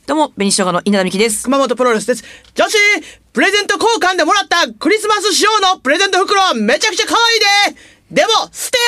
どうも、紅生姜の稲田美希です。 熊本プロレスです。女子、プレゼント交換でもらったクリスマス仕様のプレゼント袋めちゃくちゃ可愛いで。でも、捨て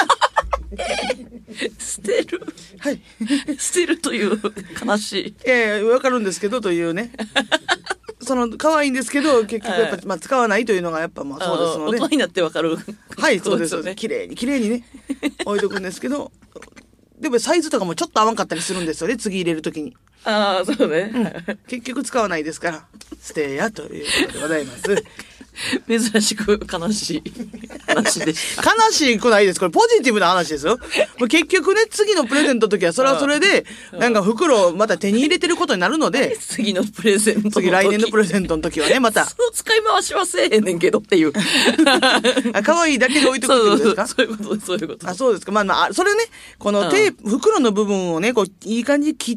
捨てる。 はい。 捨てるという悲しい。 わかるんですけどというね。可愛いんですけど、結局やっぱ、使わないというのがやっぱそうですので。 大人になってわかる。 はい、そうです。綺麗にね、置いとくんですけど、でもサイズとかもちょっと合わんかったりするんですよね、次入れるときに。 ああ、そうね、 結局使わないですから、捨てやということでございます。 珍しく悲しい話でした。 悲しくないです。これポジティブな話ですよ。もう結局ね、次のプレゼントの時はそれはそれで、なんか袋をまた手に入れてることになるので、 次のプレゼントの時。 次来年のプレゼントの時はね、また。 その使い回しはせえへんねんけどっていう。 可愛いだけで置いとくってことですか？ そういうことです、そういうこと。 あ、そうですか。まあ、それね、この袋の部分をね、こう、いい感じに切って、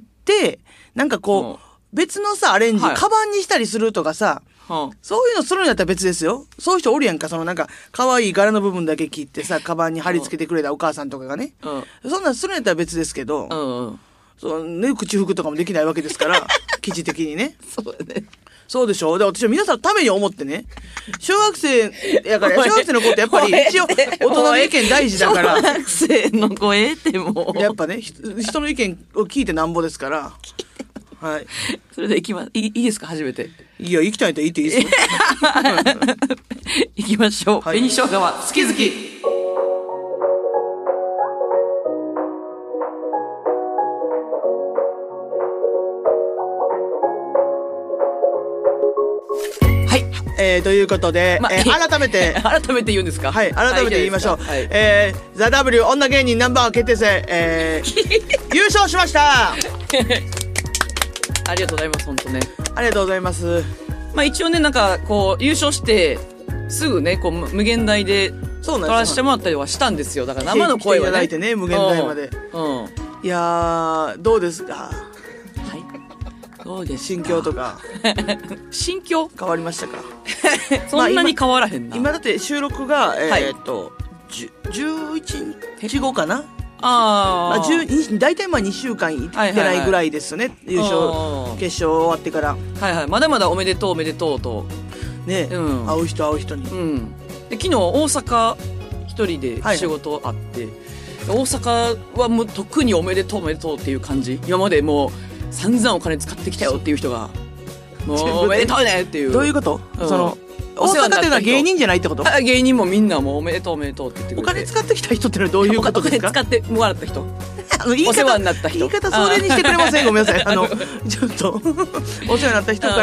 なんかこう、別のさ、アレンジ、カバンにしたりするとかさ、そういうのするんだったら別ですよ。そういう人おるやんか。なんか、可愛い柄の部分だけ切ってさ、カバンに貼り付けてくれたお母さんとかがね。そんなんするんやったら別ですけど、口服とかもできないわけですから、生地的にね。 そうだね。 そうでしょ。で、私は皆さんのために思ってね、小学生やから、小学生の子ってやっぱり一応大人の意見大事だから。 小学生の子ってもう。 やっぱね、人の意見を聞いてなんぼですから。はい。 それでいいですか、初めて。 いや、行きたいと言っていいですよ。 行きましょう。紅生姜は好き好き。 ということで、改めて言うんですか？ はい、改めて言いましょう。ザ・ W 女芸人ナンバー決定戦、優勝しましたありがとうございます、本当ね。 ありがとうございます。 まあ一応ね、なんかこう、優勝して、すぐね、こう、無限大で、撮らせてもらったりはしたんですよ。だから生の声はね。 いただいてね、無限大まで。いやー、どうですか？ どうですか？ 心境とか。 心境変わりましたか？ そんなに変わらへんな。 今だって収録が、11日後かな？大体2週間いってないぐらいですね。優勝、決勝終わってから。 はいはい。まだまだおめでとうおめでとうと。 ね、会う人に。 で、昨日大阪一人で仕事あって、大阪はもう特におめでとうおめでとうっていう感じ。今までもう散々お金使ってきたよっていう人が、もうおめでとうねっていう。 どういうこと？大阪っていうのは芸人じゃないってこと？ 芸人もみんなもうおめでとうおめでとうって言ってくれて。 お金使ってきた人ってのはどういうことですか？ お金使ってもらった人。お世話になった人。 言い方それにしてくれません？ごめんなさい。ちょっとお世話になった人から、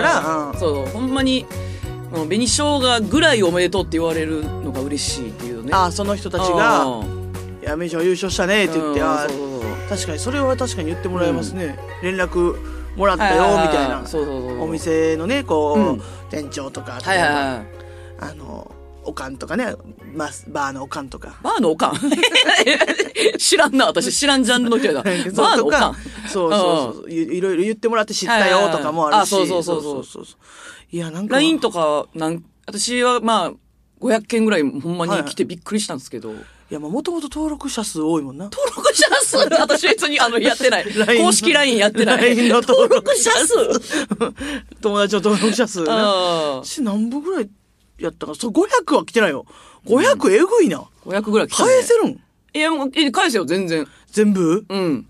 そうほんまに紅生姜ぐらいおめでとうって言われるのが嬉しいっていうね。 その人たちがいや紅生姜優勝したねって言って、確かにそれは確かに言ってもらえますね。連絡もらったよみたいな。お店のね、こう店長とか、おかんとかね、バーのおかんとか。 バーのおかん知らんな、私知らんジャンルの人やな。バーのおかん。 そう。いろいろ言ってもらって知ったよとかもあるし。そう。いや、なんか。 LINE とか、私はまあ、500件ぐらいほんまに来てびっくりしたんですけど。いや、もともと登録者数多いもんな。 登録者数私別にやってない。公式 LINE やってない。 LINE の登録者数友達の登録者数な。何本ぐらいやったか。500は来てないよ。500えぐいな。 500ぐらい来たね。 返せるん？ いや、もう、返せよ、全然。 全部？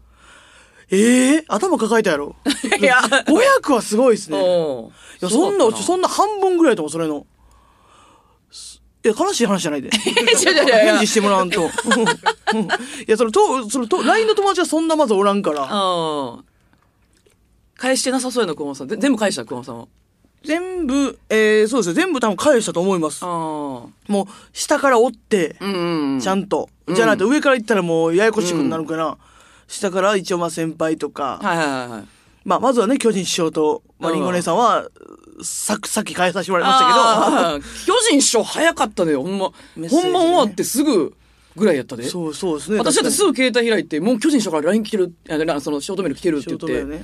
頭抱えたやろ。いや、500はすごいですね。いや、そんな半分ぐらいだと思う、それの。いや、悲しい話じゃないで。返事してもらわんと。いや、LINE の友達はそんなまずおらんから。 返してなさそうやな、熊本さん。全部返した、熊本さんは。 全部、そうですよ。全部多分返したと思います。もう、下から折って、ちゃんと。じゃないと上から行ったらもうややこしくなるから、下から一応先輩とか。まずはね、巨人師匠と、りんご姉さんは、さっき返させてもらいましたけど。 巨人師匠早かったねよ、ほんま。本番終わってすぐぐらいやったで。 そうですね。 私だってすぐ携帯開いて、もう巨人師匠から LINE 来てる、ショートメール来てるって言って、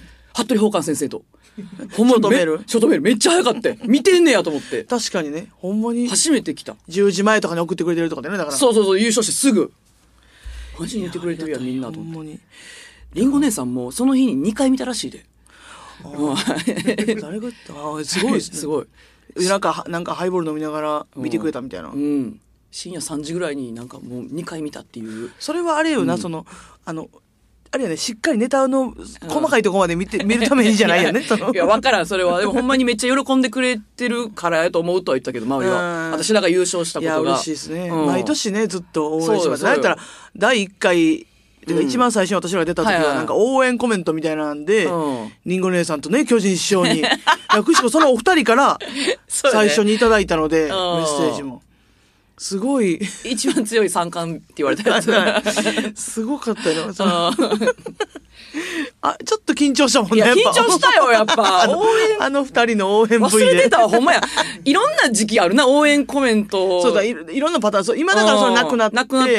服部宝冠先生と。 ほんまショートメールめっちゃ早かった。見てんねやと思って。 確かにね、ほんまに。 初めて来た。 10時前とかに送ってくれてるとかでね、だから。 そう、優勝してすぐ。マジに言ってくれてるやん、みんなと思って。ほんまに。りんご姉さんもその日に2回見たらしいで。 誰がすごいですね。 すごい。 なんかハイボール飲みながら見てくれたみたいな。 深夜3時ぐらいになんかもう2回見たっていう。 それはあれよな、あれやね、しっかりネタの細かいところまで見るためにじゃないよね。 いや、わからん、それは。でもほんまにめっちゃ喜んでくれてるからやと思うとは言ったけど、周りは。私らが優勝したことが。 いや、嬉しいですね。毎年ね、ずっと応援します。なんやったら、第1回、一番最初に私らが出た時は、なんか応援コメントみたいなんで、りんご姉さんとね、巨人師匠に、くしくそのお二人から、最初にいただいたので、メッセージも。すごい。 一番強い三冠って言われたやつ。 すごかったよ。ちょっと緊張したもんね。 いや、緊張したよ、やっぱ。 あの二人の応援 V で。 忘れてたわ、ほんまや。いろんな時期あるな、応援コメント。 そうだ、いろんなパターン。今だからそれなくなって。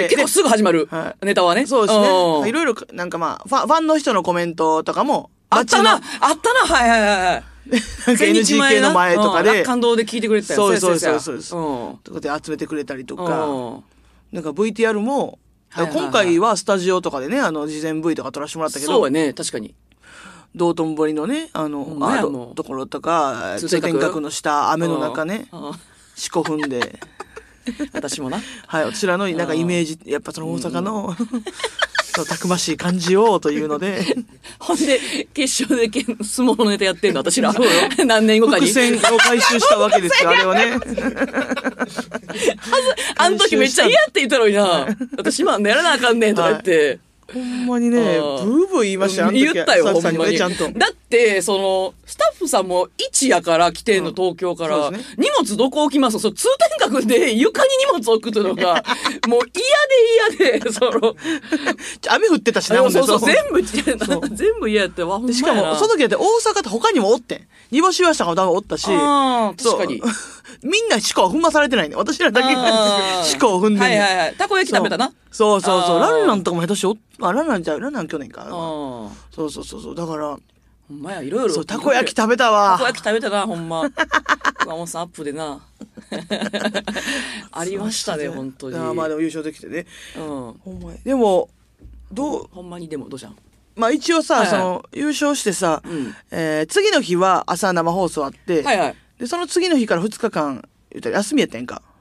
結構すぐ始まる。ネタはね。 そうですね。いろいろ、なんかまあ、ファンの人のコメントとかも。 あったな、はい。 なんか NGK の前とかで。 感動で聞いてくれてたよ。 そう。とかで集めてくれたりとか。なんか VTR も、今回はスタジオとかでね、事前 V とか撮らせてもらったけど。 そうやね、確かに。 道頓堀のね、ところとか、通天閣の下、雨の中ね、四股踏んで。 私もな。 はい、私らのなんかイメージ、やっぱその大阪の、たくましい感じをというので。 ほんで、決勝で相撲のネタやってんの、私ら。何年後かに。 伏線を回収したわけですよ、あれはね。 あの時めっちゃ嫌って言ったのにな。私今やらなあかんねんとか言って。 ほんまにね、ブーブー言いましたよ、 言ったよ、ほんまに。 ちゃんと。 だって、スタッフさんも1やから来てんの、東京から。荷物どこ置きます通天閣で床に荷物置くというのが、もう嫌で、 雨降ってたしね、 そう、全部嫌やってわ、ほんまやな。 しかも、その時だって大阪って他にもおってん。煮干しわしたかも多分おったし。 確かに。 みんな四股を踏まされてないね。私らだけが四股を踏んでね。 はい。たこ焼き食べたな。 そう。ランランとかも下手しランラン去年か。そう。だから。 ほんまや、いろいろ。 そう、たこ焼き食べたわ。 たこ焼き食べたな、ほんま。熊本さんアップでな。ありましたね、本当に。 まあでも優勝できてね。ほんまに。でも、 ほんまにでも、どうじゃん。 まあ一応さ、優勝してさ、次の日は朝生放送あって、で、その次の日から2日間、休みやったんか。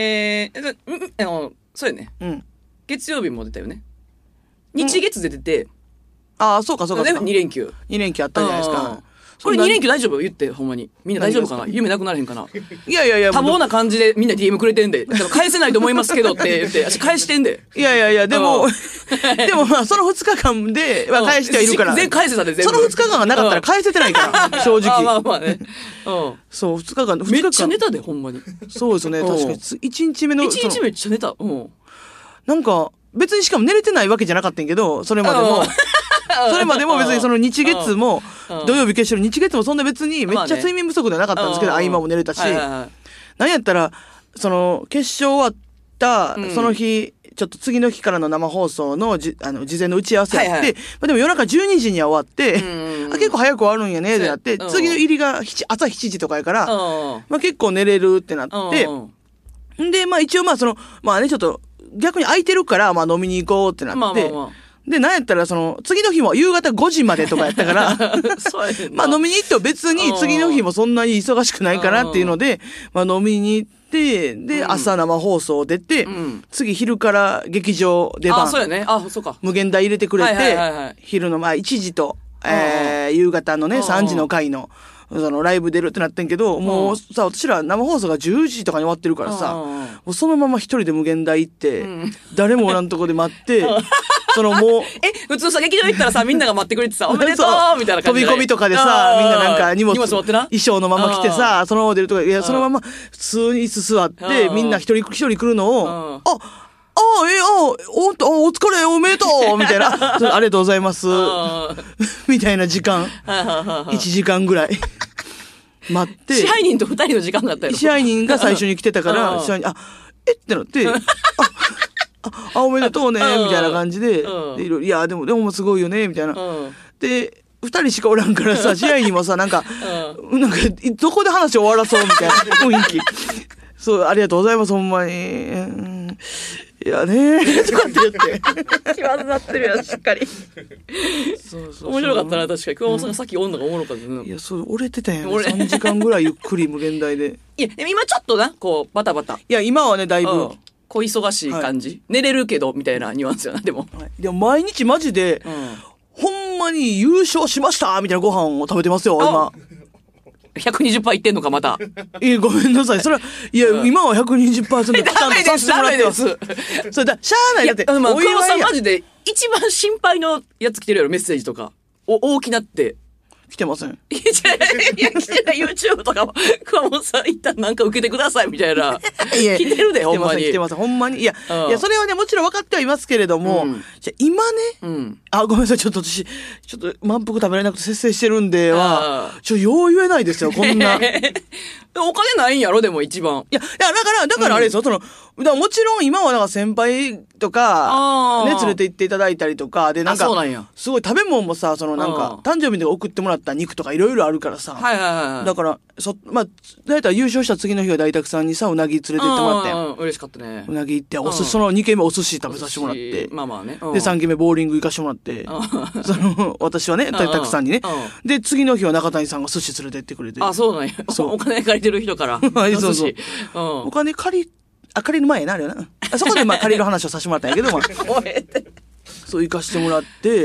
そうやね。月曜日も出たよね。日月出てて。 ああ、そうか。 2連休。 2連休あったじゃないですか。 これ2連休大丈夫言って、ほんまに。みんな大丈夫かな夢なくなれへんかな。 いや。 多忙な感じでみんな DM くれてんで。返せないと思いますけどって言って、私返してんで。 いや、でもまあ、その2日間では返してはいるから。 全返せたで、全部。 その2日間がなかったら返せてないから、正直。 まあね。 そう、2日間。 めっちゃ寝たで、ほんまに。 そうですね、確かに。1日目の。 1日めっちゃ寝た。 なんか、別にしかも寝れてないわけじゃなかったんけど、それまでも。それまでも別にその日月も、土曜日決勝の日月もそんな別にめっちゃ睡眠不足ではなかったんですけど、合間も寝れたし、なんやったら、その、決勝終わった、その日、ちょっと次の日からの生放送の事前の打ち合わせやって、でも夜中12時には終わって、結構早く終わるんやね、ってなって、次の入りが朝7時とかやから、まあ結構寝れるってなって、で、まあ一応まあまあね、ちょっと逆に空いてるから、まあ飲みに行こうってなって、で、なんやったら、次の日も夕方5時までとかやったから、まあ飲みに行っても別に次の日もそんなに忙しくないかなっていうので、まあ飲みに行って、で、朝生放送出て、次昼から劇場出番。 そうやね。そうか。 無限大入れてくれて、昼の1時と、夕方のね、3時の回の、ライブ出るってなってんけど、もうさ、私ら生放送が10時とかに終わってるからさ、もうそのまま一人で無限大行って、誰もおらんとこで待って、もう。 普通さ、劇場行ったらさ、みんなが待ってくれてさ、おめでとうみたいな感じで。 飛び込みとかでさ、みんななんか荷物持ってな。 衣装のまま来てさ、そのまま出るとか、いや、そのまま普通に椅子座って、みんな一人一人来るのを、お疲れ、おめでとうみたいな。ありがとうございます。みたいな時間。1時間ぐらい。待って。 支配人と2人の時間だったよ。 支配人が最初に来てたから、支配人、ってなって、おめでとうね、みたいな感じで、いや、でもすごいよね、みたいな。で、2人しかおらんからさ、試合にもさ、なんか、どこで話を終わらそうみたいな雰囲気。そう、ありがとうございます、ほんまに。 いやねー、とかって言って。 気まずなってるやん、しっかり。 そう面白かったな、確かに。熊本さんがさっき女がおもろかったね。 いや、それ折れてたんやね。3時間ぐらいゆっくり無限大で。 いや、でも今ちょっとな、こう、バタバタ。 いや、今はね、だいぶ。 小忙しい感じ。寝れるけど、みたいなニュアンスよな、でも。 でも毎日マジで、ほんまに優勝しましたみたいなご飯を食べてますよ、今。 120%いってんのか、また。 ごめんなさい。それは、いや、今は 120% パターンとさせてもらってます。それだ、しゃあない。だって、 熊本さんマジで一番心配のやつ来てるやろ、メッセージとか。大きなって。 来てません。 いや、来てない YouTube とかも、熊本さん一旦なんか受けてくださいみたいな。来てるで、ほんまに。 来てます、ほんまに。いや、それはね、もちろん分かってはいますけれども、じゃ今ね、ごめんなさい、ちょっと私、ちょっと満腹食べられなくて節制してるんでは、よう言えないですよ、こんな。 お金ないんやろ、でも一番。 いや、だからあれですよ、もちろん今はなんか先輩とか、ね、連れて行っていただいたりとか、で、なんか、すごい食べ物もさ、なんか、誕生日で送ってもらった肉とかいろいろあるからさ。だから、まあ、だいたい優勝した次の日は大沢さんにさ、うなぎ連れて行ってもらったやん。 嬉しかったね。 うなぎ行って、その2軒目お寿司食べさせてもらって。 まあまあね。 で、3軒目ボーリング行かしてもらって、私はね、大沢さんにね。で、次の日は中谷さんが寿司連れて行ってくれて。 あ、そうなんや。お金借りてる人から。 そうそう。お金借りる前やな、あれやな。そこでまあ借りる話をさせてもらったんやけど、まあ。そう行かしてもらって。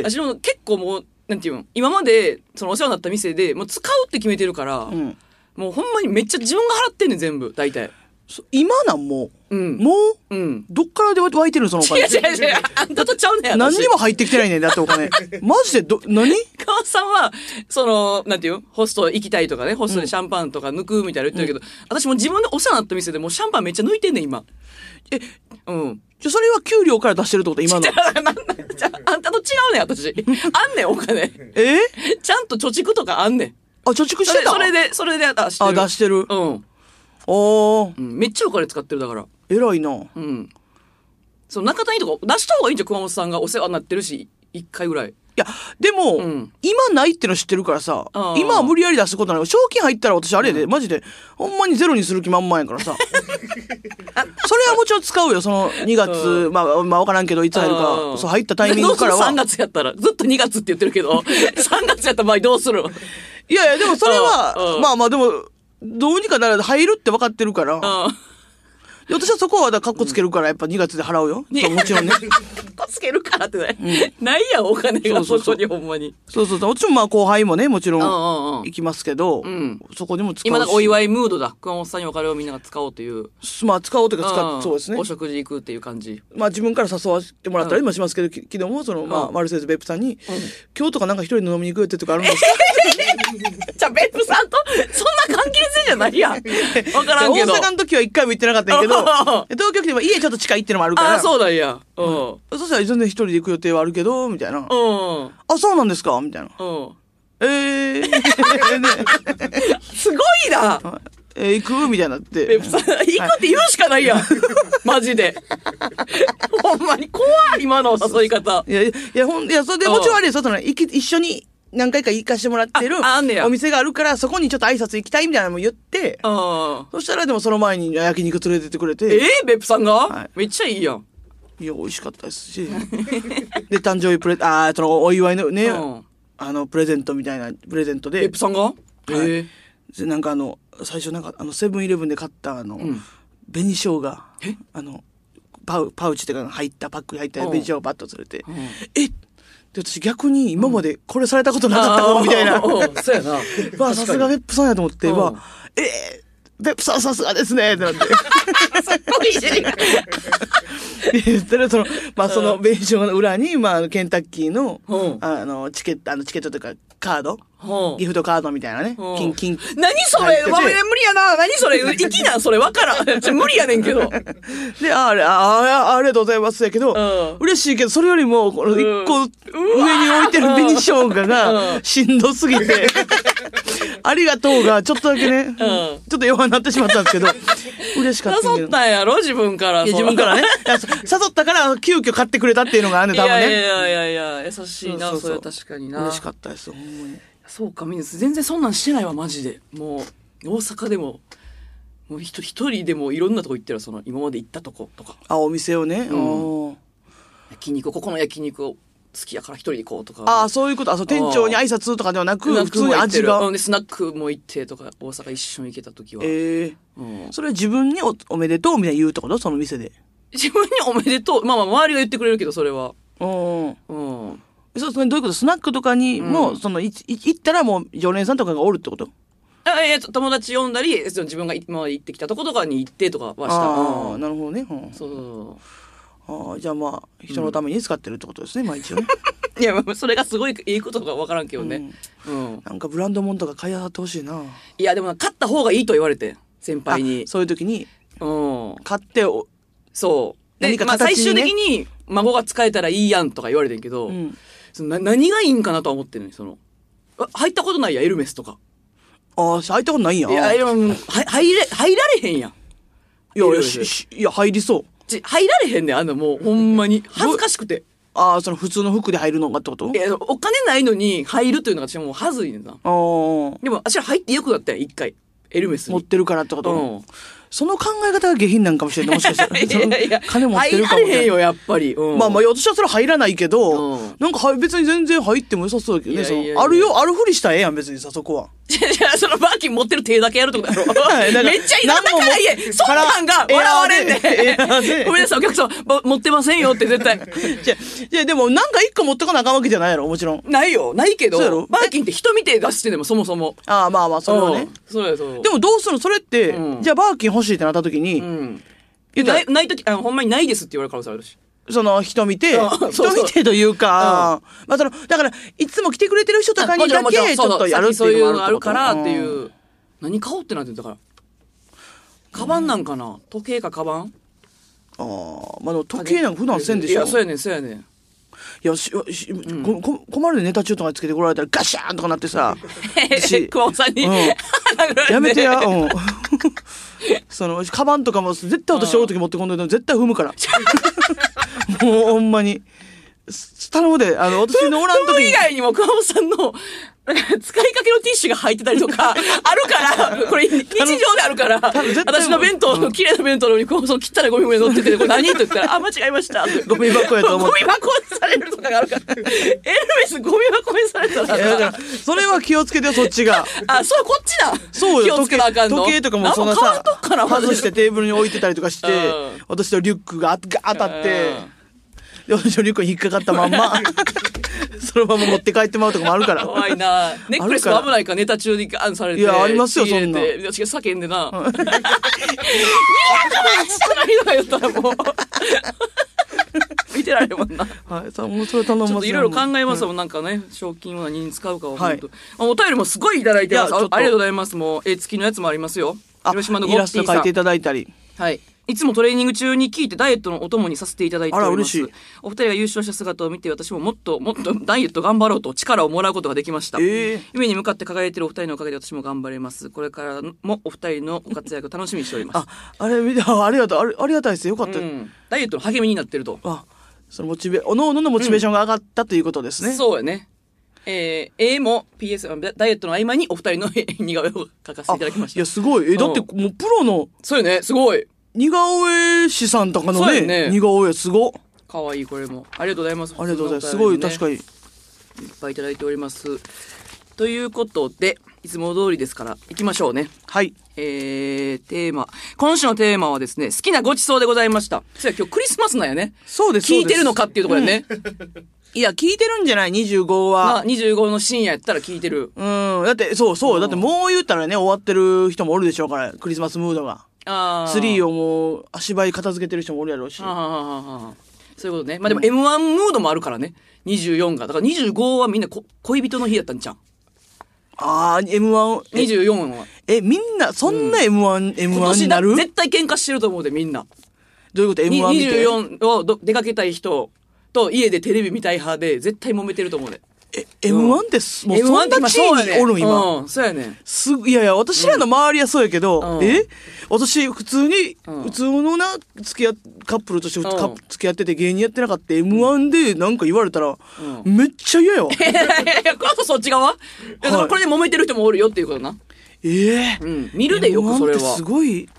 私も結構もう、なんていうの、今まで、お世話になった店で、もう使うって決めてるから、もうほんまにめっちゃ自分が払ってんねん、全部、大体。 今なんもう、どっからで湧いてるのそのお金。 違う。あんたとちゃうねん。 何にも入ってきてないねんだってお金。マジで何川さんは、なんていうホスト行きたいとかね、ホストでシャンパンとか抜くみたいな言ってるけど、私も自分でお世話になった店でもうシャンパンめっちゃ抜いてんねん、今。 それは給料から出してるってこと今の。 あんたと違うねん、私。あんねん、お金。ちゃんと貯蓄とかあんねん。 あ、貯蓄してたそれで出してる。 出してる。 めっちゃお金使ってるだから。 偉いな。 中谷とか出した方がいいんじゃん、熊本さんがお世話になってるし、1回ぐらい。 いや、でも、今ないっての知ってるからさ、今は無理やり出すことない。賞金入ったら私あれやで、マジで、ほんまにゼロにする気満々やからさ。それはもちろん使うよ、2月、まあわからんけど、いつ入るか、入ったタイミングからは。 3月やったら、ずっと2月って言ってるけど、3月やった場合どうする？ いや、でもそれは、まあでも、どうにかなら入るって分かってるから、私はそこはカッコつけるからやっぱ2月で払うよ。もちろんね。 カッコつけるからってね。ないやん、お金がそこにほんまに。 そう。もちろんまあ後輩もね、もちろん行きますけど、そこでも使うし。 今なんかお祝いムードだ。熊本さんにお金をみんなが使おうという。 まあ使おうというかそうですね。 お食事行くっていう感じ。 まあ自分から誘わせてもらったりもしますけど、昨日もまあマルセイズベップさんに、今日とかなんか一人で飲みに行くってとかあるんですか？ じゃあベップさんとそんな関係性じゃないやん。わからんけど。 大阪の時は一回も行ってなかったんやけど、東京来ても家ちょっと近いってのもあるから。 あ、そうなんや。 そしたら全然一人で行く予定はあるけど、みたいな。あ、そうなんですかみたいな。 すごいな。 行くみたいになって。 ベップさん、行くって言うしかないやん。マジで。ほんまに怖い、今の誘い方。 いや、それでもちろんあれですよ、一緒に何回か行かしてもらってるお店があるから、そこにちょっと挨拶行きたいみたいなのも言って、そしたらでもその前に焼肉連れてってくれて。 ベップさんがめっちゃいいやん。 いや、美味しかったですし。で、誕生日お祝いのね、プレゼントみたいなプレゼントで。 ベップさんがなんか最初なんかセブンイレブンで買った紅生姜、パウチっていうかパックに入った紅生姜をバッと連れて、で、私逆に今までこれされたことなかったかもみたいな。 そうやな。 わあ、さすがベップさんやと思って、ベップさんさすがですねってなって。 すっごいいじりが。 言ったら、その弁償の裏に、ケンタッキーの、チケットというか、カード、ギフトカードみたいなね。 何それ無理やな。何それ粋なそれわからん。無理やねんけど。 で、ありがとうございますやけど、嬉しいけど、それよりも、この一個上に置いてる紅生姜が、しんどすぎて、ありがとうが、ちょっとだけね、ちょっと弱になってしまったんですけど、嬉しかった。 誘ったんやろ自分から。 自分からね。誘ったから、急遽買ってくれたっていうのがあるね、多分ね。 いや、優しいな、それは確かにな。 嬉しかったです、ほんまに。 そうか、みんな全然そんなんしてないわ、マジで。もう、大阪でも、 もう一人でもいろんなとこ行ったら、その、今まで行ったとことか。 あ、お店をね。 焼肉、ここの焼肉を好きやから一人で行こうとか。 ああ、そういうこと。店長に挨拶とかではなく、普通に味が。 スナックも行ってとか、大阪一緒に行けた時は。 それは自分におめでとうみたいな言うってことその店で。 自分におめでとう。まあ周りが言ってくれるけど、それは。 そうですね。どういうことスナックとかにも、行ったらもう常連さんとかがおるってこと？ 友達呼んだり、自分が今まで行ってきたとことかに行ってとかはした。 なるほどね。じゃあまあ、人のために使ってるってことですね、毎日はね。 いや、それがすごいいいことかわからんけどね。 なんかブランド物とか買いあってほしいな。 いや、でも買った方がいいと言われて、先輩に。 そういう時に、買ってそう。で、最終的に孫が使えたらいいやんとか言われてんけど、何がいいんかなとは思ってるのに、入ったことないや、エルメスとか。 入ったことないんや。 いや、入られへんやん。 いや、入りそう。 入られへんねん、もう、ほんまに。恥ずかしくて。 その普通の服で入るのがってこと？ お金ないのに入るというのが私はもう恥ずいねんな。でも、私は入ってよくなったよ、一回。エルメスに。 持ってるからってこと？その考え方が下品なんかもしれない。もしかしたら。いや金持ってるかも。 入られへんよ、やっぱり。 まあ、私はそれ入らないけど、なんか別に全然入っても良さそうだけどね。あるふりしたらええやん、別にさ、そこは。 そのバーキン持ってる手だけやるってことだろ。めっちゃいい。だからいえ、そんなんが笑われんねん。ごめんなさい、お客さん、持ってませんよって絶対。 いや、でもなんか一個持ってかなあかんわけじゃないやろ、もちろん。 ないよ、ないけど、バーキンって人見て出してでもそもそも。 まあ、それはね。 そう。 でもどうするのそれって、じゃあバーキン欲しいってなった時に、 ない時、ほんまにないですって言われる可能性あるし。 その人見てというか、だからいつも来てくれてる人とかにだけちょっとやるっていうのもあるからっていう。何買おうってなってんだから。カバンなんかな？時計かカバン？ でも時計なんか普段せんでしょ。 いや、そうやねん。いや、困るでネタ中とかつけてこられたらガシャーンとかなってさ。 熊本さんに。 やめてや。カバンとかも絶対私おる時持ってこんといて絶対踏むから。もうほんまに。頼むで、私のおらん時に。 以外にも熊本さんの、使いかけのティッシュが入ってたりとか、あるから、これ日常であるから、私の弁当の、綺麗な弁当のに、熊本さん切ったらゴミ箱に乗ってて、これ何と言ったら、間違えました。 ゴミ箱やと思って。 ゴミ箱にされるとかがあるから、エルメスゴミ箱にされたら。 だから、それは気をつけてよ、そっちが。 そう、こっちだ。 そうよ、 気をつけなあかんの。 時計とかもそんなさ、外してテーブルに置いてたりとかして、私のリュックが当たって、私のリュックに引っかかったまんま、そのまま持って帰ってまうとかもあるから。 怖いな。ネックレスも危ないから、ネタ中にガンされて。 いや、ありますよ、そんな。 私が叫んでな。200万したのにとか言ったらもう。見てられるもんな。 はい、もうそれ頼ます。 ちょっといろいろ考えますもん、なんかね、賞金を何に使うかを。はい。お便りもすごいいただいてます。ありがとうございます。もう、絵付きのやつもありますよ。広島のゴッティさん。 イラスト描いていただいたり。 はい。いつもトレーニング中に聞いてダイエットのお供にさせていただいております。 嬉しい。 お二人が優勝した姿を見て私ももっとダイエット頑張ろうと力をもらうことができました。夢に向かって輝いているお二人のおかげで私も頑張れます。これからもお二人のご活躍を楽しみにしております。 ありがたいです。よかった。 ダイエットの励みになってると。 そのおのおののモチベーションが上がったということですね。 そうやね。絵も PS、ダイエットの合間にお二人の似顔絵を描かせていただきました。 いや、すごい。だってもうプロの。 そうよね、すごい。 似顔絵師さんとかのね、似顔絵すご。 かわいい、これも。ありがとうございます。 ありがとうございます。すごい、確かに。いっぱいいただいております。ということで、いつも通りですから、行きましょうね。 はい。 テーマ。今週のテーマはですね、好きなごちそうでございました。そうや、今日クリスマスなんやね。 そうです。 聞いてるのかっていうところやね。 いや、聞いてるんじゃない ?25 は。 25の深夜やったら聞いてる。 だって、そう。だってもう言ったらね、終わってる人もおるでしょうから、クリスマスムードが。ツリーをもう足場片付けてる人もおるやろうし。そういうことね。まあでも M1 ムードもあるからね。24が。だから25はみんな恋人の日やったんちゃう M1。 24は。 みんな、そんな M1 になる？ 絶対喧嘩してると思うで、みんな。 どういうこと ?M1 見て。 24を出かけたい人と家でテレビ見たい派で、絶対揉めてると思うで。 M1 ってもうそんな地位におる今。 そうやね。 いや、私らの周りはそうやけど、私普通のカップルとして付き合ってて芸人やってなかった M1 でなんか言われたら、めっちゃ嫌やわ。 いや、こそっち側？これで揉めてる人もおるよっていうことな。見るでよくそれは。 すごい。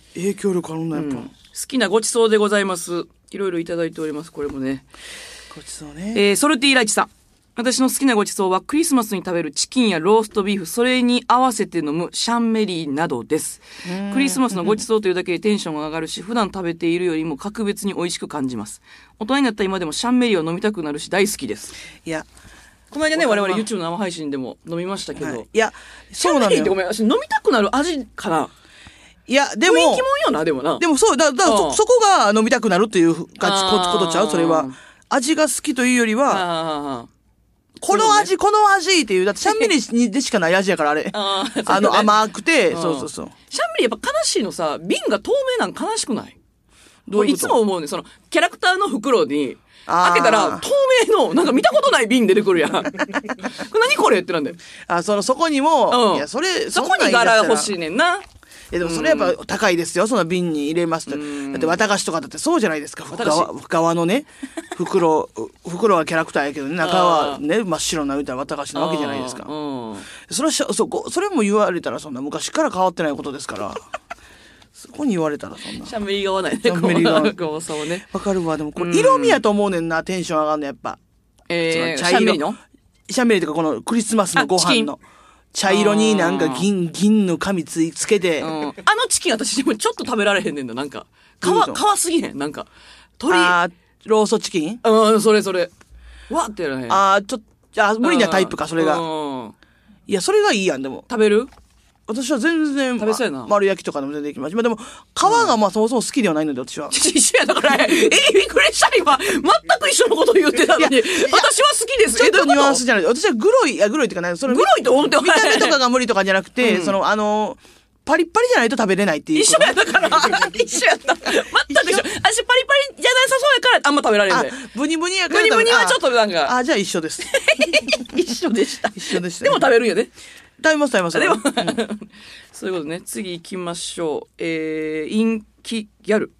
影響力あるんだ、やっぱ。 好きなごちそうでございます。いろいろいただいております。これもね。 ごちそうね。 ソルティーライチさん。私の好きなごちそうはクリスマスに食べるチキンやローストビーフ、それに合わせて飲むシャンメリーなどです。クリスマスのごちそうというだけでテンションが上がるし、普段食べているよりも格別に美味しく感じます。大人になった今でもシャンメリーを飲みたくなるし大好きです。 いや、 この間ね、我々 YouTube の生配信でも飲みましたけど。 はい、いや、そうなのよ。 シャンメリーってごめん、私飲みたくなる味かな。 いや、でも。 雰囲気もんよな、でもな。 でもそう、そこが飲みたくなるっていうことちゃうそれは。味が好きというよりは、この味、この味っていう、だってシャンメリーでしかない味やから、あれ。甘くて、そう。シャンメリーやっぱ悲しいのさ、瓶が透明なん悲しくない？どういうこと？いつも思うね、その、キャラクターの袋に、開けたら、透明の、なんか見たことない瓶出てくるやん。何これってなんだよ。 そこにも、いや、 そこに柄欲しいねんな。 いやでもそれやっぱ高いですよ、その瓶に入れますと。だって綿菓子とかだってそうじゃないですか。深川のね、袋はキャラクターやけどね、中はね、真っ白な綿菓子なわけじゃないですか。それも言われたらそんな昔から変わってないことですから。そこに言われたらそんな。 シャンメリーが合わないね。 シャンメリーがね。 わかるわ。でもこれ色味やと思うねんな、テンション上がるのやっぱ。 シャンメリーの？ シャンメリーとかこのクリスマスのご飯の。茶色になんか銀の紙つけて。 チキン私でもちょっと食べられへんねんだ。なんか、皮すぎへん。なんか、 ローストチキン？ それ。わってやらへん。 無理なタイプか、それが。いや、それがいいやん、でも。 食べる？ 私は全然、 食べそうやな。 丸焼きとかでも全然いきます。でも、皮がそもそも好きではないので、私は。 一緒やだから、びっくりした今。全く一緒のこと言ってたのに。私は好きです。 ちょっとニュアンスじゃない。私はグロいっていうかね、 グロいと思って見た目とかが無理とかじゃなくて、パリッパリじゃないと食べれないっていう。 一緒やだから。一緒やった。全く一緒。私パリパリじゃなさそうやからあんま食べられない。 ブニブニやから。 ブニブニはちょっとなんか。 じゃあ一緒です。 一緒でした。 一緒でした。 でも食べるんやで。 食べます。 でも、そういうことね。次行きましょう。陰気ギャル。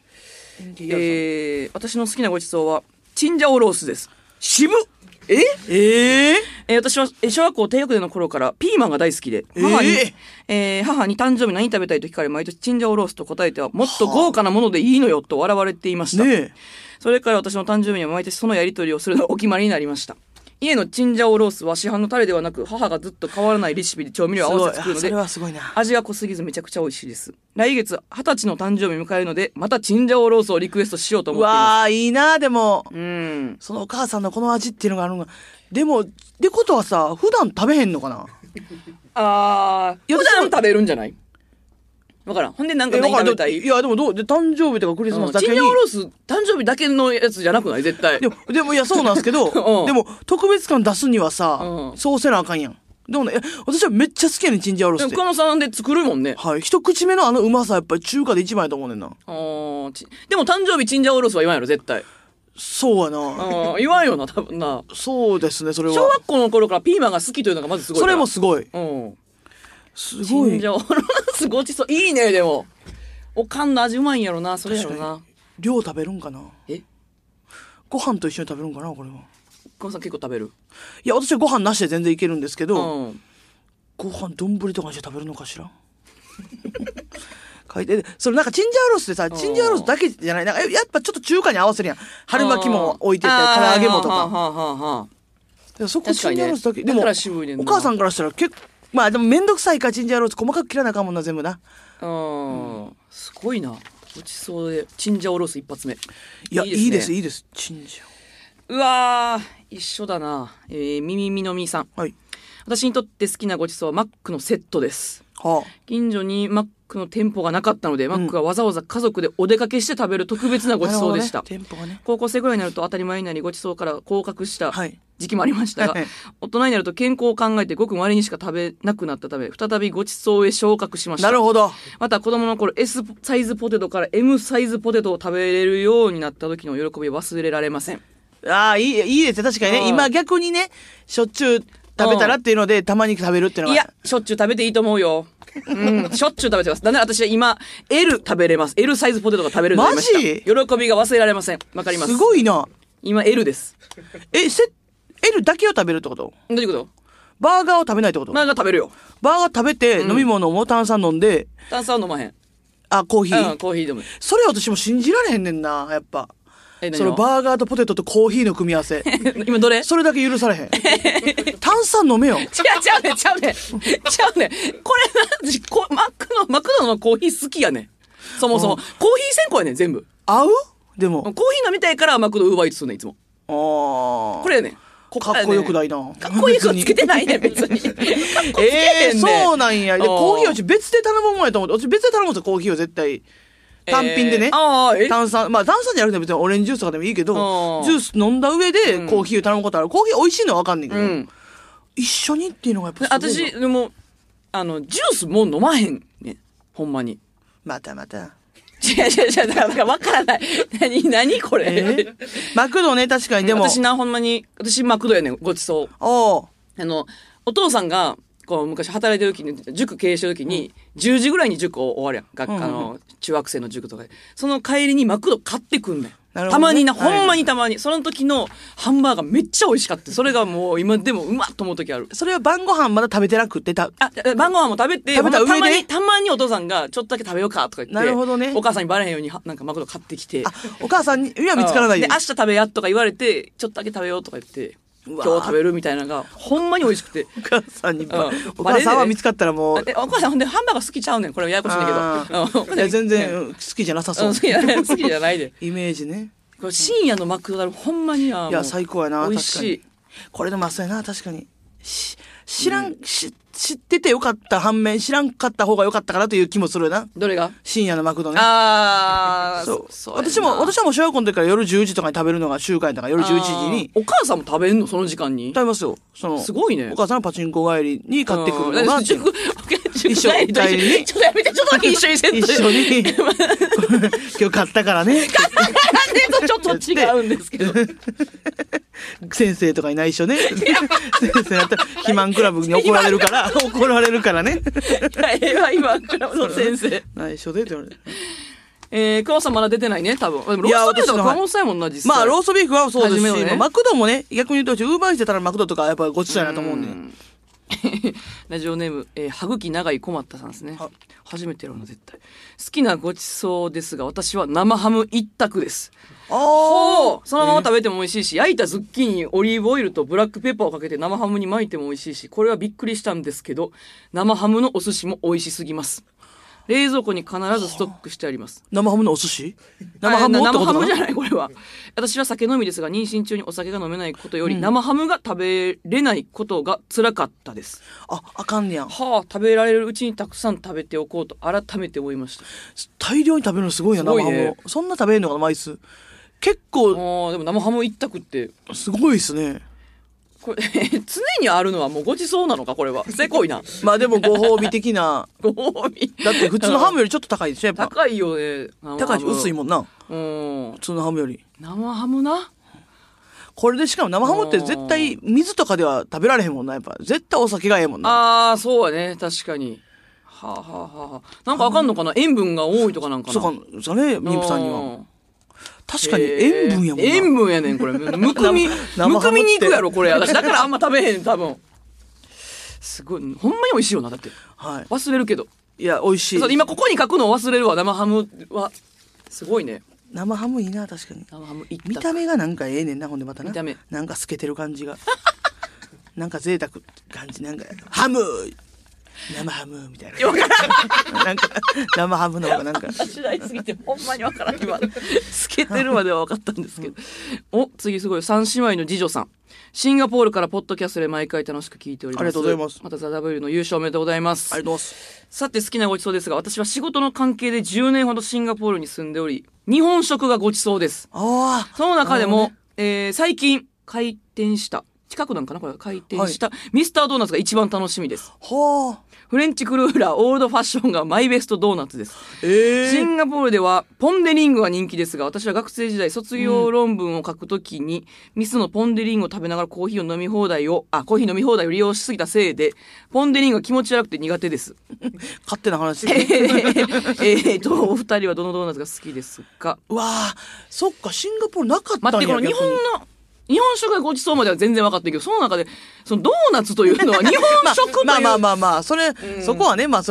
私の好きなごちそうは、チンジャオロースです。渋っ！私は小学校低学年の頃からピーマンが大好きで、母に誕生日何食べたいと聞かれ毎年チンジャオロースと答えてはもっと豪華なものでいいのよと笑われていました。それから私の誕生日には毎年そのやり取りをするのがお決まりになりました。家のチンジャオロースは市販のタレではなく母がずっと変わらないレシピで調味料を合わせ作るので味が濃すぎずめちゃくちゃ美味しいです。来月20歳の誕生日を迎えるのでまたチンジャオロースをリクエストしようと思っています。 わーいいな。でもそのお母さんのこの味っていうのがあるのがでもってことはさ普段食べへんのかな。 普段食べるんじゃない？わからん。ほんでなんか何食べたい？ いやでも誕生日とかクリスマスだけに。 チンジャオロース誕生日だけのやつじゃなくない絶対。 でもいやそうなんですけどでも特別感出すにはさそうせなあかんやん。でもね私はめっちゃ好きやねんチンジャオロースって。 深野さんで作るもんね。 はい。一口目のうまさやっぱり中華で一番やと思うねんな。 でも誕生日チンジャオロースは言わんやろ絶対。 そうやな。 言わんよな多分な。 そうですねそれは。 小学校の頃からピーマンが好きというのがまずすごい。 それもすごい。すごい。 チンジャオロースごちそういいね。でもおかんの味うまいんやろな。それやろな。 量食べるんかな。ご飯と一緒に食べるんかなこれは。 小野さん結構食べる？ いや私はご飯なしで全然いけるんですけど、ご飯丼とかにして食べるのかしら。書いてそれなんかチンジャオロースってさチンジャオロースだけじゃないなんかやっぱちょっと中華に合わせるやん。春巻きも置いてて唐揚げもとか。そこチンジャオロースだけ。でもお母さんからしたら結構でもめんどくさいからチンジャオロース細かく切らなあかんもんな全部な。 すごいな。ごちそうでチンジャオロース一発目。 いやいいですチンジャオ。うわー一緒だな。みみのみさん。私にとって好きなごちそうはマックのセットです。近所にマックの店舗がなかったので、マックはわざわざ家族でお出かけして食べる特別なごちそうでした。高校生ぐらいになると当たり前になりごちそうから降格した時期もありましたが、大人になると健康を考えてごく稀にしか食べなくなったため再びごちそうへ昇格しました。 なるほど。 また子供の頃 S サイズポテトから M サイズポテトを食べれるようになった時の喜びを忘れられません。 いいですね確かにね。今逆にねしょっちゅう食べたらっていうのでたまに食べるっていうのが。 いやしょっちゅう食べていいと思うよ。しょっちゅう食べてます。なんで私は今 L 食べれます。 L サイズポテトが食べれるようになりました。喜びが忘れられません。わかります。 すごいな。 今 L です。 L だけを食べるってこと？ どういうこと？ バーガーを食べないってこと？ バーガー食べるよ。 バーガー食べて飲み物も炭酸飲んで。 炭酸飲まへん。 あ、コーヒー、 うん、コーヒーでも。 それ私も信じられへんねんな、やっぱ。そのバーガーとポテトとコーヒーの組み合わせ。 今どれ？ それだけ許されへん。炭酸飲めよ。 ちゃうね。これマクドのコーヒー好きやねん。そもそも。コーヒー専攻やねん、全部。 合う？でも。 コーヒー飲みたいからマクドウーバーイーツすんねん、いつも。これやねん。 かっこよくないな。 かっこいいのつけてないねん、別に。 そうなんや。コーヒーは別で頼むもんやと思って。私別で頼むんですよ、コーヒーを絶対。単品でね。炭酸じゃなくて別にオレンジジュースとかでもいいけど、ジュース飲んだ上でコーヒーを頼むことある。コーヒー美味しいのはわかんねんけど、一緒にっていうのがやっぱすごい。 私、でも、ジュースもう飲まへんね。ほんまに。 また。 違う、だからわからない。何これ。 マクドね、確かに。でも。 私マクドやねん、ごちそう。お父さんが、昔働いてる時に、塾経営してる時に、10時ぐらいに塾終わるやん。中学生の塾とかで。その帰りにマクド買ってくんねん。たまにな、ほんまにたまに。その時のハンバーガーめっちゃ美味しかった。それがもう今でもうまっと思う時ある。 それは晩ご飯まだ食べてなくって晩ご飯も食べて、 た上でたまにお父さんがちょっとだけ食べようかとか言って。 なるほどね。 お母さんにバレへんようになんかマクド買ってきて。 お母さんには見つからないよ。 で、明日食べやとか言われて、ちょっとだけ食べようとか言って。今日食べるみたいなのが、ほんまに美味しくて。 お母さんは見つかったらもう。 お母さんほんでハンバーガー好きちゃうねん。これややこしいんだけど。 いや、全然好きじゃなさそう。 好きじゃないで。 イメージね。 これ深夜のマクドナルドほんまには。 いや、最高やな。 美味しい。 これでもそうやな、確かに。知っててよかった反面、知らんかった方がよかったかなという気もするな。 どれが？ 深夜のマクドね。 そう。 私はもう小学校の時から夜10時とかに食べるのが習慣やったから、夜11時に。 お母さんも食べんのその時間に？ 食べますよ。 すごいね。 お母さんはパチンコ帰りに買ってくるのが。 一緒帰りに。ちょっとやめて、ちょっとだけ一緒にせんと。 一緒に。今日買ったからね。 買ったからねとちょっと違うんですけど。 先生とかに内緒ね。先生だったら肥満クラブに怒られるからね。 肥満クラブの先生。 内緒でって言われて。 熊さんまだ出てないね、多分。ローストビーフとか熊本さんやもんな、実際。 まあ、ローストビーフはそうですし、マクドもね、逆に言うと、ウーバーイーツでたらマクドとかやっぱごちそうやなと思うんで。 ラジオネーム、歯茎長い困ったさんですね。初めてやろうな、絶対。好きなごちそうですが、私は生ハム一択です。そのまま食べても美味しいし、焼いたズッキーニにオリーブオイルとブラックペッパーをかけて生ハムに巻いても美味しいし、これはびっくりしたんですけど、生ハムのお寿司も美味しすぎます。冷蔵庫に必ずストックしてあります。 生ハムのお寿司？ 生ハムじゃない、これは。私は酒飲みですが、妊娠中にお酒が飲めないことより、生ハムが食べれないことが辛かったです。 あかんねや。 食べられるうちにたくさん食べておこうと改めて思いました。 大量に食べるのすごいな、生ハムを。そんな食べるのかな、枚数。結構。 でも生ハム一択って。 すごいですね。 これ常にあるのはもうごちそうなのかこれは。せこいな。 まあでもご褒美的な。 ご褒美。 だって普通のハムよりちょっと高いでしょ、やっぱ。 高いよね。 高いし、薄いもんな。普通のハムより。 生ハムな。 これでしかも生ハムって絶対水とかでは食べられへんもんな、やっぱ。絶対お酒がええもんな。 そうやね。確かに。なんかあかんのかな、塩分が多いとかなんかな。 そうね、妊婦さんには。確かに塩分やもんな。 塩分やねん、これ。むくみに行くやろ、これ。私、だからあんま食べへん、多分。すごい。ほんまに美味しいよな、だって。忘れるけど。 いや、美味しい。 今ここに書くのを忘れるわ、生ハムは。すごいね。 生ハムいいな、確かに。 生ハム見た目がなんかええねんな、ほんでまたな。 見た目。 なんか透けてる感じが。なんか贅沢感じ、なんか、ハム生ハムみたいな。なんか、生ハムの方がなんか。 知らいすぎてほんまにわからん。今、透けてるまでは分かったんですけど。次すごい。三姉妹の次女さん。シンガポールからポッドキャストで毎回楽しく聞いております。 ありがとうございます。 またザ・Wの優勝おめでとうございます。 ありがとうございます。 さて好きなごちそうですが、私は仕事の関係で10年ほどシンガポールに住んでおり、日本食がごちそうです。その中でも、最近開店した、近くなんかなこれ開店した、ミスタードーナツが一番楽しみです。フレンチクルーラーオールドファッションがマイベストドーナツです。シンガポールではポンデリングが人気ですが、私は学生時代卒業論文を書くときに、ミスのポンデリングを食べながらコーヒー飲み放題を利用しすぎたせいで、ポンデリングが気持ち悪くて苦手です。 勝手な話。 お二人はどのドーナツが好きですか？ うわぁ、そっか、シンガポールなかったんや。 待って、この日本食がごちそうまでは全然分かってるけど、その中で、そのドーナツというのは日本食という。 まあ、そこはね、まあそれは。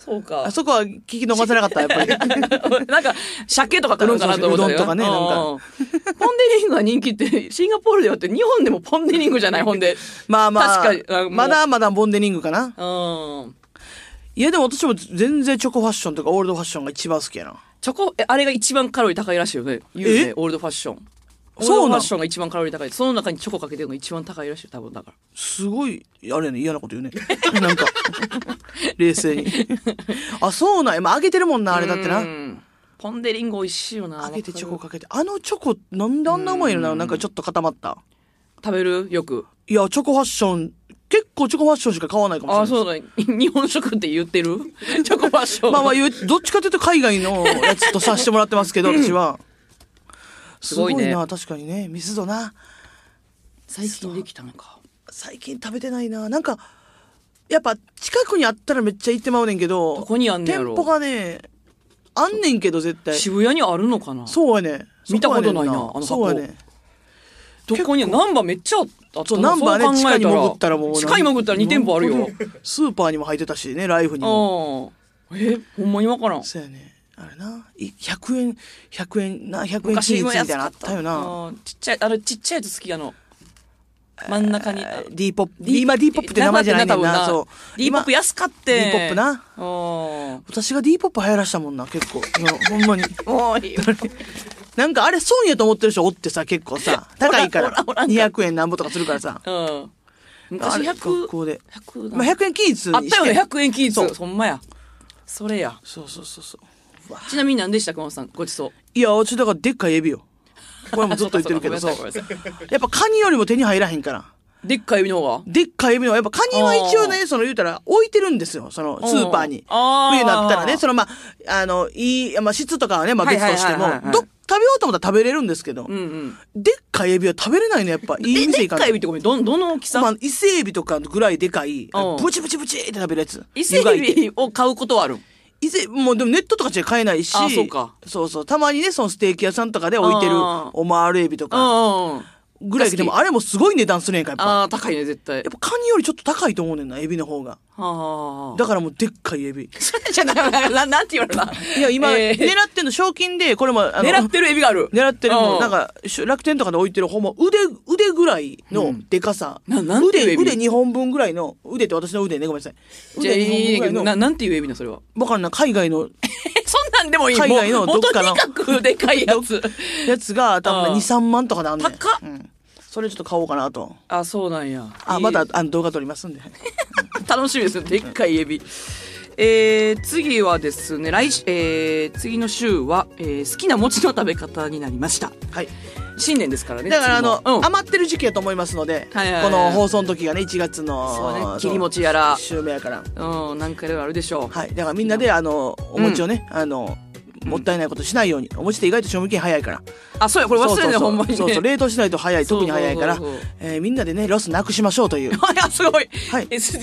そうか。 あそこは聞き逃せなかった、やっぱり。 なんか、鮭とか来るんかなと思ったよ。 うどんとかね、なんか。 ポンデリングが人気って、シンガポールではって、日本でもポンデリングじゃない、ほんで。 まあまあ、 確かに。 まだまだポンデリングかな。 うん。 いや、でも私も全然チョコファッションとかオールドファッションが一番好きやな。 あれが一番カロリー高いらしいよね。言うね、オールドファッション。オールドファッションが一番カロリー高い。その中にチョコかけてるのが一番高いらしいよ、多分だから。 すごい、あれね、嫌なこと言うね。なんか、冷静に。あ、そうなんや。まあ、揚げてるもんな、あれだってな。 ポンデリング美味しいよな。 揚げてチョコかけて。あのチョコ、なんであんなうまいのな、なんかちょっと固まった。 食べるよく。 いや、チョコファッション、結構チョコファッションしか買わないかもしれない。 あ、そうだ。日本食って言ってるチョコファッション。 まあまあ、どっちかというと海外のやつとさせてもらってますけど、私は。すごいな、確かにね。ミスドな。 最近できたのか。 最近食べてないな。なんか、やっぱ近くにあったらめっちゃ行ってまうねんけど。 どこにあんねんやろ。 店舗がね、あんねんけど絶対。 渋谷にあるのかな。 そうやね。 見たことないな、あの箱。 そうやね。 どこに、ナンバーめっちゃあった。 そう、ナンバーね、地下に潜ったらもう。 地下に潜ったら2店舗あるよ。 スーパーにも入ってたしね、ライフにも。 ほんまにわからん。 そうやね。あれな、100円均一みたいなのあったよな。 ちっちゃいやつ好き真ん中に。 D ポップ。今 D ポップって名前じゃないねんな。そう。 D ポップ安かって。 D ポップな。私が D ポップ流行らしたもんな、結構。ほんまに。なんかあれ損やと思ってる人おってさ、結構さ、高いから。200円なんぼとかするからさ。 昔学校で。まあ100円均一にあったよね、100円均一。ほんまや。それや。 そう。 ちなみに何でした熊本さん、ごちそう。 いや、うちだからでっかいエビよ。これもずっと言ってるけど、そう。やっぱカニよりも手に入らへんから。 でっかいエビの方がでっかいエビの方が、やっぱカニは一応ね、言うたら置いてるんですよ。スーパーに。冬になったらね、まあ、質とかはね、まあ別としても、食べようと思ったら食べれるんですけど、でっかいエビは食べれないの、やっぱ。いい店行かない。 でっかいエビってごめん、どの大きさ？ まあ、伊勢エビとかぐらいでかい、ブチブチブチって食べるやつ。 伊勢エビを買うことはある？ もうでもネットとかじゃ買えないし、 そうか。 そう。たまにね、ステーキ屋さんとかで置いてるオマールエビとか、ぐらいでも、あれもすごい値段するんやんか、やっぱ。 高いね、絶対。 やっぱカニよりちょっと高いと思うねんな、エビの方が。だからもうでっかいエビ。 それじゃなんて言われるな。 いや、今、狙ってんの、賞金で、これも、 狙ってるエビがある。 狙ってるもん、なんか、楽天とかで置いてるほんま、腕ぐらいのでかさ。 なんていうエビ？ 腕2本分ぐらいの、腕って私の腕ね、ごめんなさい。 腕2本分ぐらいの。なんていうエビな、それは。 わかんない、海外の。 そんなんでもいい。 海外のどっかの。 とにかくでかいやつ。 やつが、多分2、3万とかであんねん。 高っ。 それちょっと買おうかなと。 あ、そうなんや。 まだ動画撮りますんで。 楽しみですね、でっかいエビ。次はですね、次の週は、好きな餅の食べ方になりました。はい。新年ですからね。 だから余ってる時期やと思いますので、この放送の時がね、1月の、 そうね、切り餅やら、 週目やから。 何回でもあるでしょう。 はい。だからみんなで、お餅をね、もったいないことしないように。お餅って意外と賞味期限早いから。 あ、そうや、これ忘れんね、ほんまにね。 そう、冷凍しないと早い、特に早いから、みんなでね、ロスなくしましょうという。 いや、すごい。はい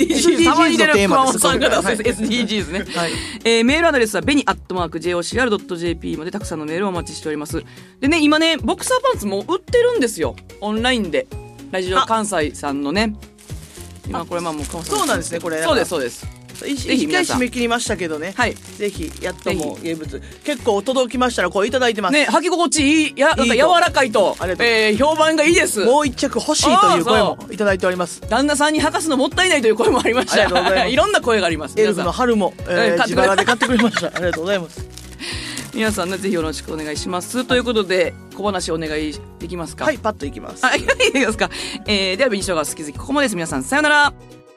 。SDGs のテーマです。SDGs ね。はい。メールアドレスは、beni@jocr.jp までたくさんのメールをお待ちしております。でね、今ね、ボクサーパンツも売ってるんですよ。オンラインで。ラジオ関西さんのね。今、これもう、 そうなんですね、これ。 そうです、そうです。 一回締め切りましたけどね。はい。ぜひ、やっとも現物。結構届きましたら、これいただいてます。 ね、履き心地いい。なんか柔らかいと、評判がいいです。 もう一着欲しいという声もいただいております。 旦那さんに履かすのもったいないという声もありました。ありがとうございます。いろんな声があります。 エルフの春も、自腹で買ってくれました。ありがとうございます。 皆さんね、ぜひよろしくお願いします。ということで、小話お願いできますか？ はい、パッといきます。 はい、いきますか。では、紅しょうが好き好き、ここまでです。皆さん、さよなら。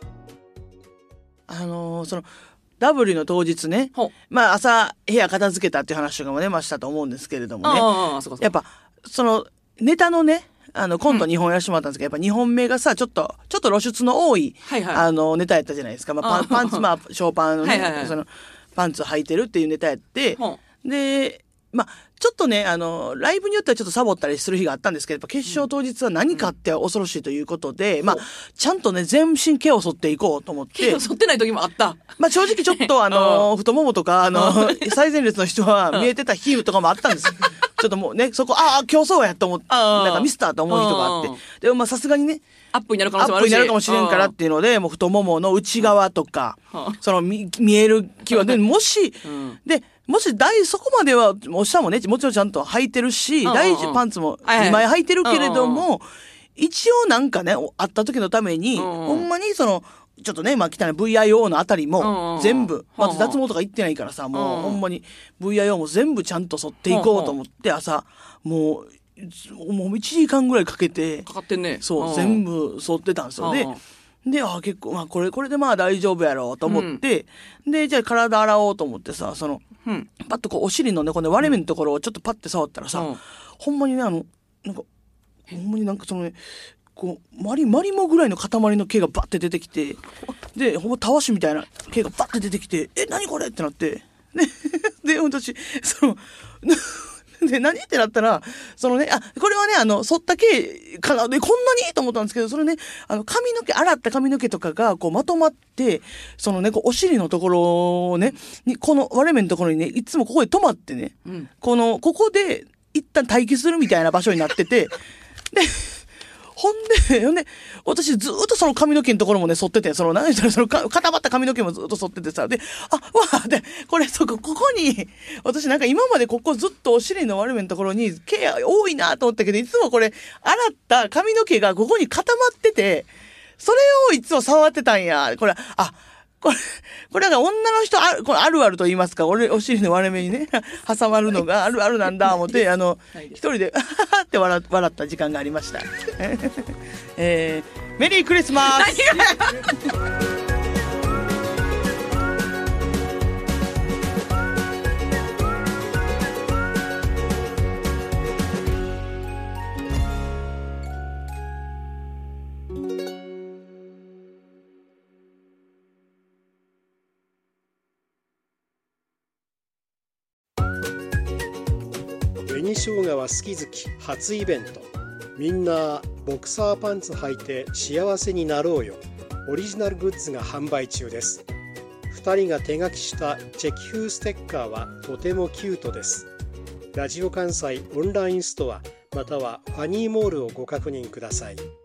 W の当日ね、まあ朝部屋片付けたっていう話とかもね、したと思うんですけれどもね。やっぱ、ネタのね、コント2本やらせてもらったんですけど、やっぱ2本目がさ、ちょっと露出の多い、ネタやったじゃないですか。まあ、パンツ、ショーパンのね、パンツ履いてるっていうネタやって、で、まあ、ちょっとね、ライブによってはちょっとサボったりする日があったんですけど、やっぱ決勝当日は何かあって恐ろしいということで、まあ、ちゃんとね、全身毛を剃っていこうと思って。 毛を剃ってない時もあった。 まあ、正直ちょっと太ももとか、最前列の人は見えてた日とかもあったんです。 ちょっともうね、そこ、競争やと思って、なんかミスったと思う人があって。で、まあさすがにね、 アップになる可能性もあるし。 アップになるかもしれんからっていうので、もう太ももの内側とか、その見える際で、もし、そこまでは、お下もね、もちろんちゃんと履いてるし、大事パンツも2枚履いてるけれども、一応なんかね、会った時のために、ほんまにその、ちょっとね、まあ、汚い VIO のあたりも全部、まず脱毛とか行ってないからさ、もうほんまに VIO も全部ちゃんと剃っていこうと思って、朝、もう1時間ぐらいかけて、 かかってんね。 そう、全部剃ってたんですよ。で、結構、まあ、これでまあ大丈夫やろうと思って、で、じゃあ体洗おうと思ってさ、その、パッとこう、お尻のね、この割れ目のところをちょっとパッて触ったらさ、ほんまにね、なんか、ほんまになんかそのね、こう、マリモぐらいの塊の毛がバッて出てきて、で、ほんまたわしみたいな毛がバッて出てきて、何これってなって、で、私、その、で、何ってなったら、そのね、これはね、剃った毛かな、で、こんなにと思ったんですけど、それね、洗った髪の毛とかが、こう、まとまって、そのね、こう、お尻のところをね、この割れ目のところにね、いつもここで止まってね、ここで、一旦待機するみたいな場所になってて、で、ほんで、私ずっとその髪の毛のところもね、剃ってて、その固まった髪の毛もずっと剃っててさ、で、で、ここに、私なんか今までここずっとお尻の割れ目のところに毛多いなと思ったけど、いつもこれ、洗った髪の毛がここに固まってて、それをいつも触ってたんや。これなんか女の人これあるあると言いますか、お尻の割れ目にね、挟まるのがあるあるなんだ、思って、一人で、って笑った時間がありました。メリークリスマス紅生姜は好き好き初イベント、みんなボクサーパンツ履いて幸せになろうよオリジナルグッズが販売中です。2人が手書きしたチェキ風ステッカーはとてもキュートです。ラジオ関西オンラインストアまたはファニーモールをご確認ください。